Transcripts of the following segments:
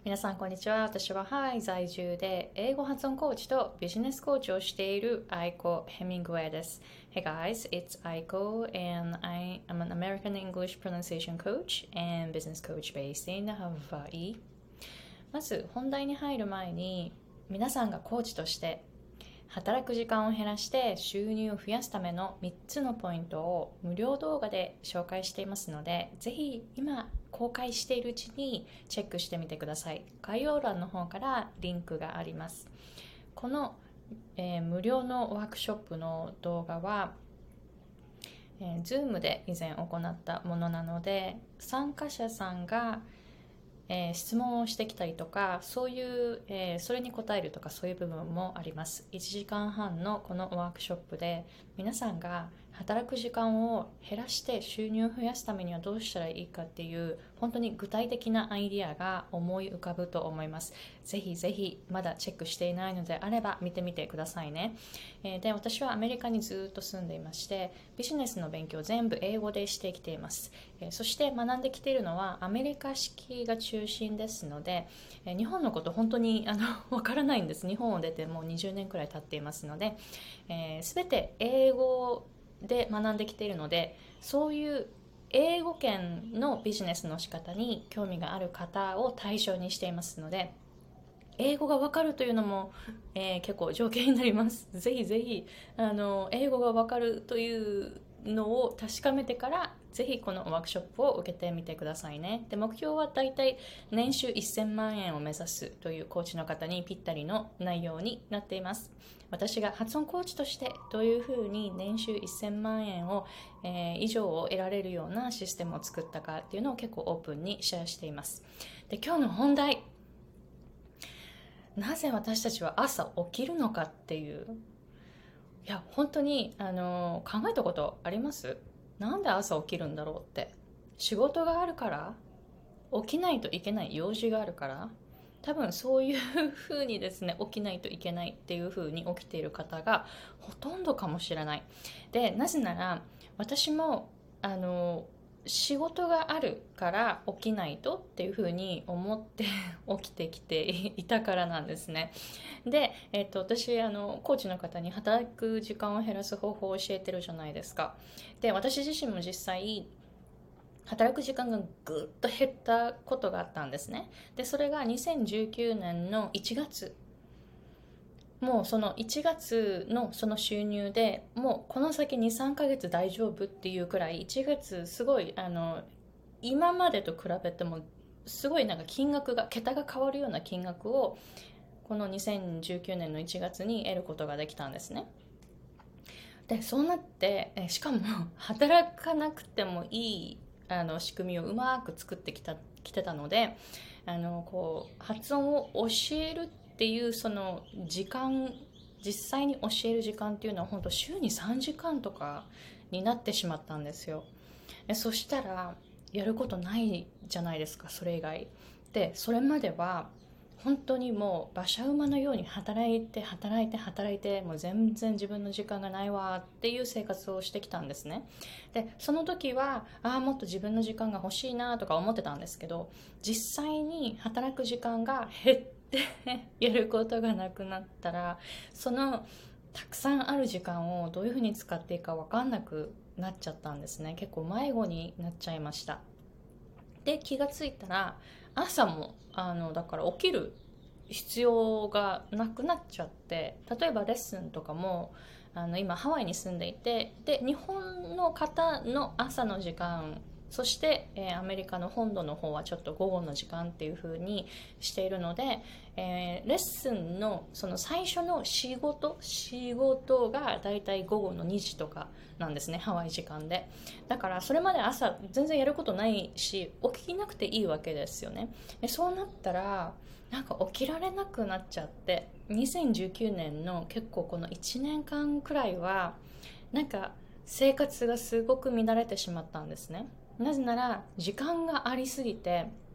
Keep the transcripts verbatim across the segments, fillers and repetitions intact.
皆さんこんにちは。私はハワイ在住で英語発音コーチとビジネスコーチをしているアイコ・ヘミングウェイです。Hey guys, it's Aiko and I am an American English pronunciation coach and business coach based in Hawaii. まず本題に入る前に、皆さんがコーチとして働く時間を減らして収入を増やすためのみっつのポイントを無料動画で紹介していますので、ぜひ今公開しているうちにチェックしてみてください。概要欄の方からリンクがあります。この、えー、無料のワークショップの動画は、えー、Zoom で以前行ったものなので、参加者さんがえー、質問をしてきたりとか、そういう、えー、それに答えるとかそういう部分もあります。いちじかんはんのこのワークショップで皆さんが働く時間を減らして収入を増やすためにはどうしたらいいかっていう本当に具体的なアイディアが思い浮かぶと思います。ぜひぜひまだチェックしていないのであれば見てみてくださいね。えー、で私はアメリカにずっと住んでいまして、ビジネスの勉強全部英語でしてきています。えー、そして学んできているのはアメリカ式が中心ですので、えー、日本のこと本当にあのわからないんです。日本を出てもうにじゅうねんくらい経っていますので、えー、全て英語で学んできているので、そういう英語圏のビジネスの仕方に興味がある方を対象にしていますので、英語がわかるというのも、えー、結構条件になります。ぜひぜひあの英語がわかるというのを確かめてからぜひこのワークショップを受けてみてくださいね。で、目標はだいたい年収せんまんえんを目指すというコーチの方にぴったりの内容になっています。私が発音コーチとしてどういうふうに年収せんまんえんを、えー、以上を得られるようなシステムを作ったかっていうのを結構オープンにシェアしています。で、今日の本題、なぜ私たちは朝起きるのかっていう、いや本当にあの考えたことあります？なんで朝起きるんだろうって。仕事があるから？起きないといけない用事があるから？多分そういう風にですね、起きないといけないっていう風に起きている方がほとんどかもしれない。で、なぜなら私もあの仕事があるから起きないとっていう風に思って起きてきていたからなんですね。で、えっと、私あのコーチの方に働く時間を減らす方法を教えてるじゃないですか。で、私自身も実際働く時間がぐっと減ったことがあったんですね。で、それがにせんじゅうきゅうねんのいちがつ、もうそのいちがつのその収入でもうこの先に、さんかげつ大丈夫っていうくらい、いちがつすごいあの今までと比べてもすごいなんか金額が桁が変わるような金額をこのにせんじゅうきゅうねんのいちがつに得ることができたんですね。で、そうなってしかも働かなくてもいいあの仕組みをうまく作ってきたきてたので、あのこう発音を教えるっていうその時間、実際に教える時間っていうのは本当週にさんじかんとかになってしまったんですよ。で、そしたらやることないじゃないですか、それ以外で。それまでは本当にもう馬車馬のように働いて働いて働いて、もう全然自分の時間がないわっていう生活をしてきたんですね。で、その時はああもっと自分の時間が欲しいなとか思ってたんですけど、実際に働く時間が減ってやることがなくなったら、そのたくさんある時間をどういうふうに使っていいか分かんなくなっちゃったんですね。結構迷子になっちゃいました。で、気がついたら朝もあのだから起きる必要がなくなっちゃって、例えばレッスンとかもあの今ハワイに住んでいて、で日本の方の朝の時間、そして、えーアメリカの本土の方はちょっと午後の時間っていう風にしているので、えーレッスンのその最初の仕事仕事がだいたい午後のにじとかなんですね、ハワイ時間で。だからそれまで朝全然やることないし起きなくていいわけですよね。で、そうなったらなんか起きられなくなっちゃって、にせんじゅうきゅうねんの結構このいちねんかんくらいはなんか生活がすごく乱れてしまったんですね。なぜなら時間がありすぎて、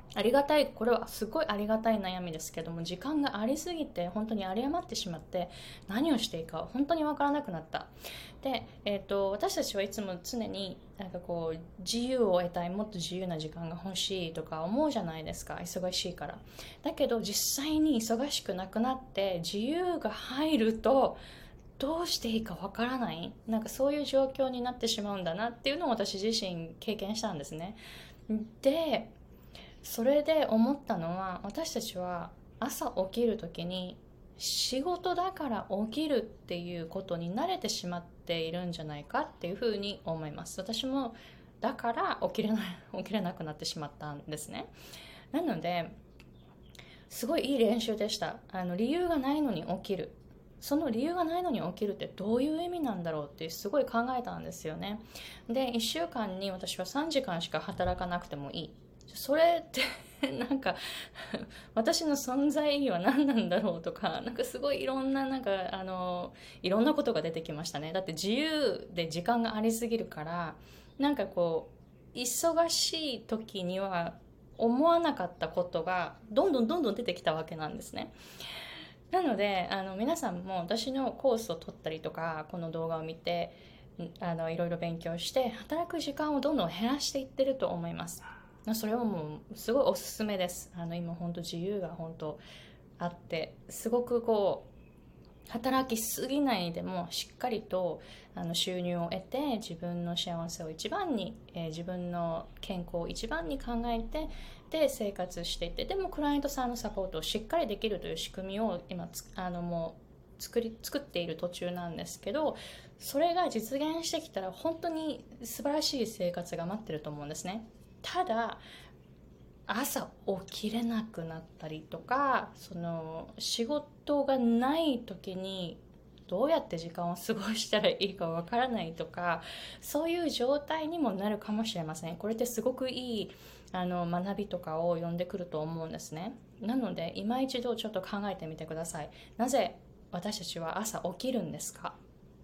ありがたい、これはすごいありがたい悩みですけども、時間がありすぎて本当に有り余ってしまって、何をしていいか本当にわからなくなった。で、えーと、私たちはいつも常になんかこう自由を得たい、もっと自由な時間が欲しいとか思うじゃないですか、忙しいから。だけど実際に忙しくなくなって自由が入ると、どうしていいかわからない、なんかそういう状況になってしまうんだなっていうのを私自身経験したんですね。で、それで思ったのは、私たちは朝起きる時に仕事だから起きるっていうことに慣れてしまっているんじゃないかっていうふうに思います。私もだから起きれない起きれなくなってしまったんですね。なのですごいいい練習でした。あの理由がないのに起きる、その理由がないのに起きるってどういう意味なんだろうってすごい考えたんですよね。で、いっしゅうかんに私はさんじかんしか働かなくてもいい、それってなんか私の存在意義は何なんだろうとか、なんかすごいいろんななんかあのいろんなことが出てきましたね。だって自由で時間がありすぎるから、なんかこう忙しい時には思わなかったことがどんどんどんどん出てきたわけなんですね。なのであの皆さんも私のコースを取ったりとか、この動画を見てあのいろいろ勉強して働く時間をどんどん減らしていってると思います。それはもうすごいおすすめです。あの今本当自由が本当あって、すごくこう働きすぎないでもしっかりとあの収入を得て、自分の幸せを一番に、えー自分の健康を一番に考えて、で生活していて、でもクライアントさんのサポートをしっかりできるという仕組みを今つあのもう作り作っている途中なんですけど、それが実現してきたら本当に素晴らしい生活が待ってると思うんですね。ただ朝起きれなくなったりとか、その仕事がない時にどうやって時間を過ごしたらいいかわからないとか、そういう状態にもなるかもしれません。これってすごくいいあの学びとかを呼んでくると思うんですね。なので今一度ちょっと考えてみてください。なぜ私たちは朝起きるんですか？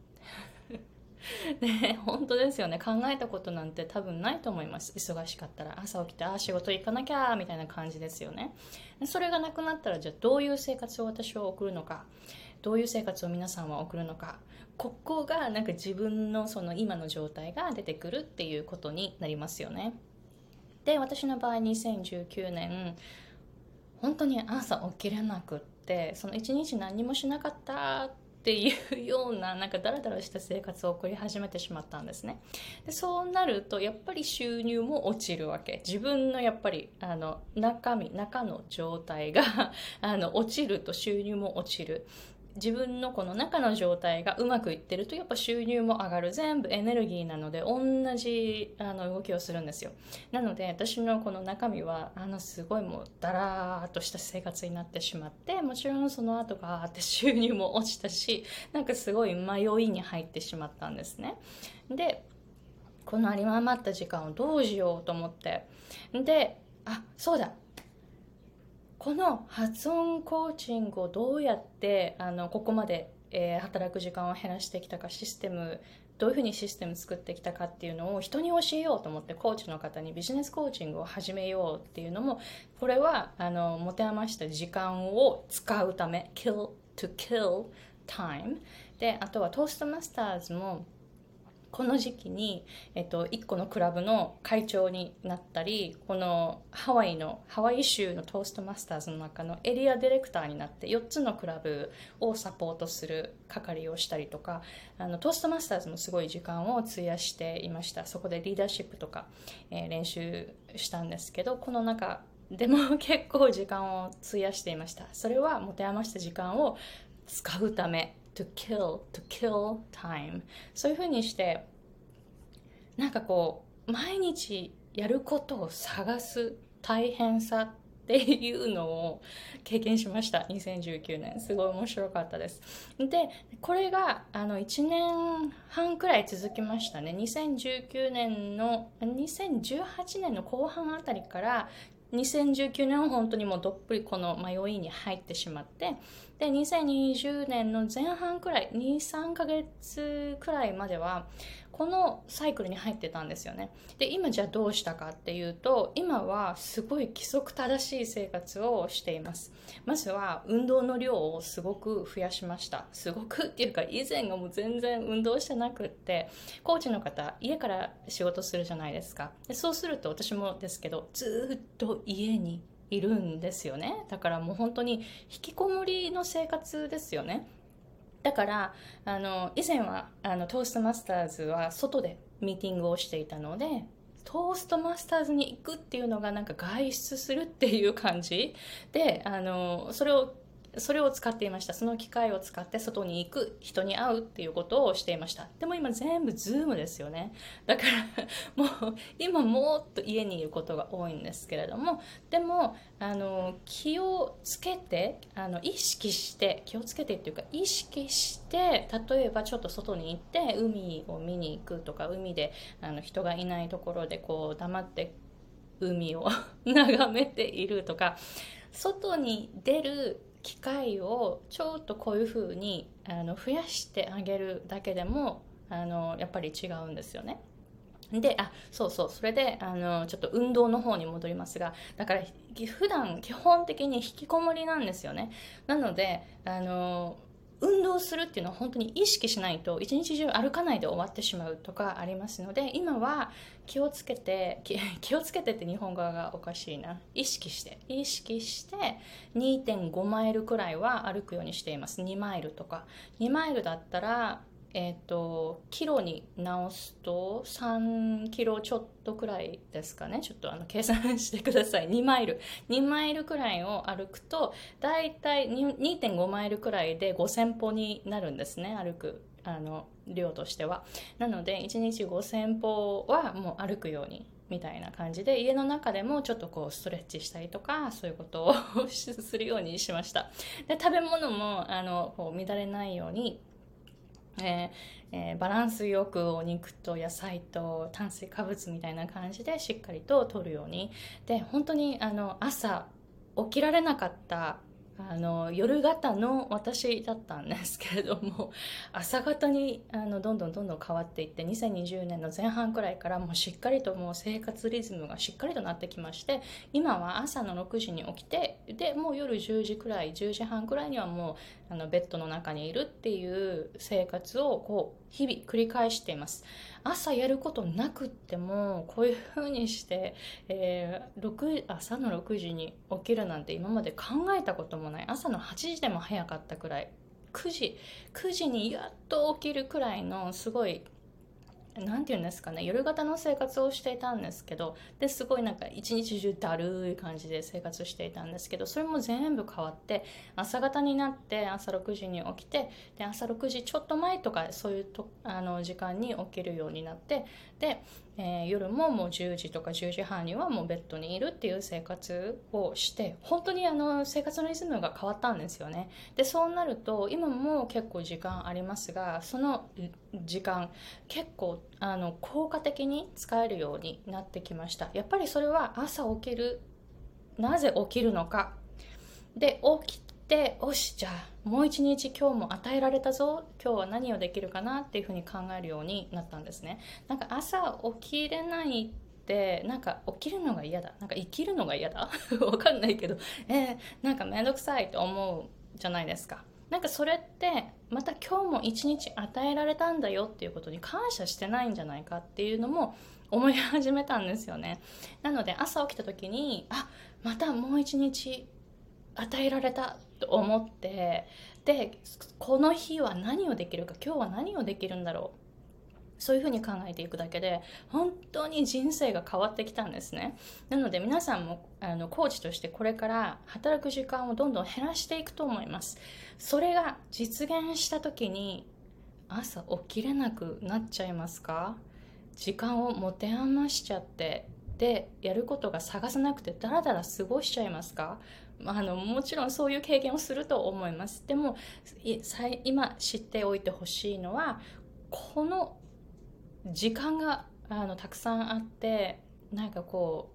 ね、本当ですよね。考えたことなんて多分ないと思います。忙しかったら朝起きて、あ、仕事行かなきゃみたいな感じですよね。それがなくなったら、じゃあどういう生活を私は送るのか、どういう生活を皆さんは送るのか、ここがなんか自分のその今の状態が出てくるっていうことになりますよね。で、私の場合にせんじゅうきゅうねん本当に朝起きれなくって、その一日何もしなかったっていうような、なんかダラダラした生活を送り始めてしまったんですね。でそうなるとやっぱり収入も落ちるわけ。自分のやっぱりあの中身中の状態があの落ちると収入も落ちる。自分のこの中の状態がうまくいってるとやっぱ収入も上がる。全部エネルギーなので同じあの動きをするんですよ。なので私のこの中身はあのすごいもうダラーっとした生活になってしまって、もちろんその後があって収入も落ちたし、なんかすごい迷いに入ってしまったんですね。でこの有り余った時間をどうしようと思って、であそうだ、この発音コーチングをどうやってあのここまで、えー働く時間を減らしてきたか、システムどういうふうにシステム作ってきたかっていうのを人に教えようと思って、コーチの方にビジネスコーチングを始めようっていうのも、これはあの持て余した時間を使うため、 kill to kill time で、あとはトーストマスターズもこの時期に、えっと、いっこのクラブの会長になったり、このハワイのハワイ州のトーストマスターズの中のエリアディレクターになってよっつのクラブをサポートする係をしたりとか、あのトーストマスターズもすごい時間を費やしていました。そこでリーダーシップとか、えー練習したんですけど、この中でも結構時間を費やしていました。それは持て余した時間を使うため、to kill to kill time、 そういうふうにして、なんかこう毎日やることを探す大変さっていうのを経験しました。にせんじゅうきゅうねんすごい面白かったです。でこれがあのいちねんはんくらい続きましたね。にせんじゅうきゅうねんのにせんじゅうはちねんの後半あたりからにせんじゅうきゅうねんは本当にもうどっぷりこの迷いに入ってしまって、でにせんにじゅうねんの前半くらいに、さんかげつくらいまではこのサイクルに入ってたんですよね。で、今じゃあどうしたかっていうと、今はすごい規則正しい生活をしています。まずは運動の量をすごく増やしました。すごくっていうか、以前がもう全然運動してなくって、コーチの方、家から仕事するじゃないですか。で、そうすると私もですけど、ずっと家にいるんですよね。だからもう本当に引きこもりの生活ですよね。だからあの以前はあのトーストマスターズは外でミーティングをしていたので、トーストマスターズに行くっていうのがなんか外出するっていう感じで、あのそれをそれを使っていました。その機会を使って外に行く、人に会うっていうことをしていました。でも今全部ズームですよね。だからもう今もっと家にいることが多いんですけれども、でもあの気をつけて、あの意識して気をつけてっていうか意識して、例えばちょっと外に行って海を見に行くとか、海であの人がいないところでこう黙って海を眺めているとか、外に出る機会をちょっとこういう風にあの増やしてあげるだけでもあのやっぱり違うんですよね。で、あ、そうそう、それであのちょっと運動の方に戻りますが、だから普段基本的に引きこもりなんですよね。なのであの運動するっていうのは本当に意識しないと一日中歩かないで終わってしまうとかありますので、今は気をつけて気気をつけてって日本語がおかしいな、意識して意識して にてんご マイルくらいは歩くようにしています。にマイルとか、にマイルだったらえっと、キロに直すとさんキロちょっとくらいですかね。ちょっとあの計算してください。にマイル。にマイルくらいを歩くと、だいたい にてんご マイルくらいでごせん歩になるんですね。歩く、あの、量としては。なので、いちにちごせん歩はもう歩くように。みたいな感じで、家の中でもちょっとこうストレッチしたりとか、そういうことをするようにしました。で、食べ物もあのこう乱れないように、えーえーバランスよくお肉と野菜と炭水化物みたいな感じでしっかりと摂るように。で、本当にあの朝起きられなかったあの夜型の私だったんですけれども、朝型にあのどんどんどんどん変わっていって、にせんにじゅうねんの前半くらいからもうしっかりともう生活リズムがしっかりとなってきまして、今は朝のろくじに起きて、でもう夜じゅうじくらい、じゅうじはんくらいにはもうあのベッドの中にいるっていう生活をこう日々繰り返しています。朝やることなくってもこういう風にして、えー、ろく朝のろくじに起きるなんて今まで考えたこともない。朝のはちじでも早かったくらい、くじくじにやっと起きるくらいのすごい、なんていうんですかね、夜型の生活をしていたんですけど、ですごいなんか一日中だるい感じで生活していたんですけど、それも全部変わって朝型になって、朝ろくじに起きて、で朝ろくじちょっと前とかそういうとあの時間に起きるようになって、で、えー夜ももうじゅうじとかじゅうじはんにはもうベッドにいるっていう生活をして、本当にあの生活のリズムが変わったんですよね。でそうなると今も結構時間ありますが、その時間結構あの効果的に使えるようになってきました。やっぱりそれは朝起きる、なぜ起きるのかで、起きて、おし、じゃあもう一日今日も与えられたぞ、今日は何をできるかなっていうふうに考えるようになったんですね。なんか朝起きれないって、なんか起きるのが嫌だ、なんか生きるのが嫌だわかんないけど、えー、なんかめんどくさいと思うじゃないですか。なんかそれってまた今日も一日与えられたんだよっていうことに感謝してないんじゃないかっていうのも思い始めたんですよね。なので朝起きた時に、あ、またもう一日与えられたと思って、でこの日は何をできるか、今日は何をできるんだろう、そういうふうに考えていくだけで本当に人生が変わってきたんですね。なので皆さんもあのコーチとしてこれから働く時間をどんどん減らしていくと思います。それが実現した時に朝起きれなくなっちゃいますか？時間を持て余しちゃって、でやることが探さなくてダラダラ過ごしちゃいますか？あのもちろんそういう経験をすると思います。でも今知っておいてほしいのは、この時間があのたくさんあって、なんかこ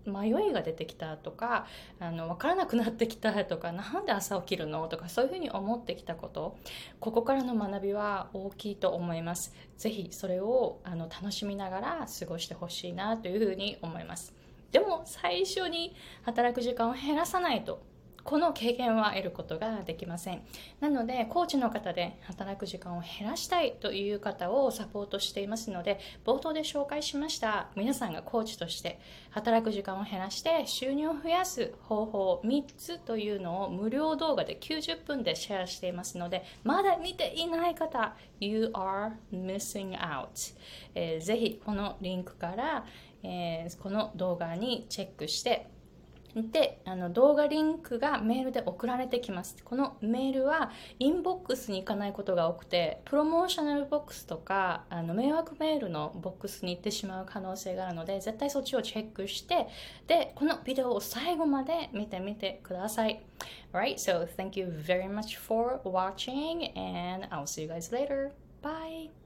迷いが出てきたとか、あの分からなくなってきたとか、なんで朝起きるのとか、そういうふうに思ってきたこと、ここからの学びは大きいと思います。ぜひそれをあの楽しみながら過ごしてほしいなというふうに思います。でも最初に働く時間を減らさないと、この経験は得ることができません。なので、コーチの方で働く時間を減らしたいという方をサポートしていますので、冒頭で紹介しました皆さんがコーチとして働く時間を減らして収入を増やす方法みっつというのを無料動画できゅうじゅっぷんでシェアしていますので、まだ見ていない方、You are missing out、えー、ぜひこのリンクから、えー、この動画にチェックしてで、あの動画リンクがメールで送られてきます。このメールはインボックスに行かないことが多くて、プロモーショナルボックスとかあの迷惑メールのボックスに行ってしまう可能性があるので、絶対そっちをチェックして、で、このビデオを最後まで見てみてください。Alright, so thank you very much for watching and I'll see you guys later. Bye!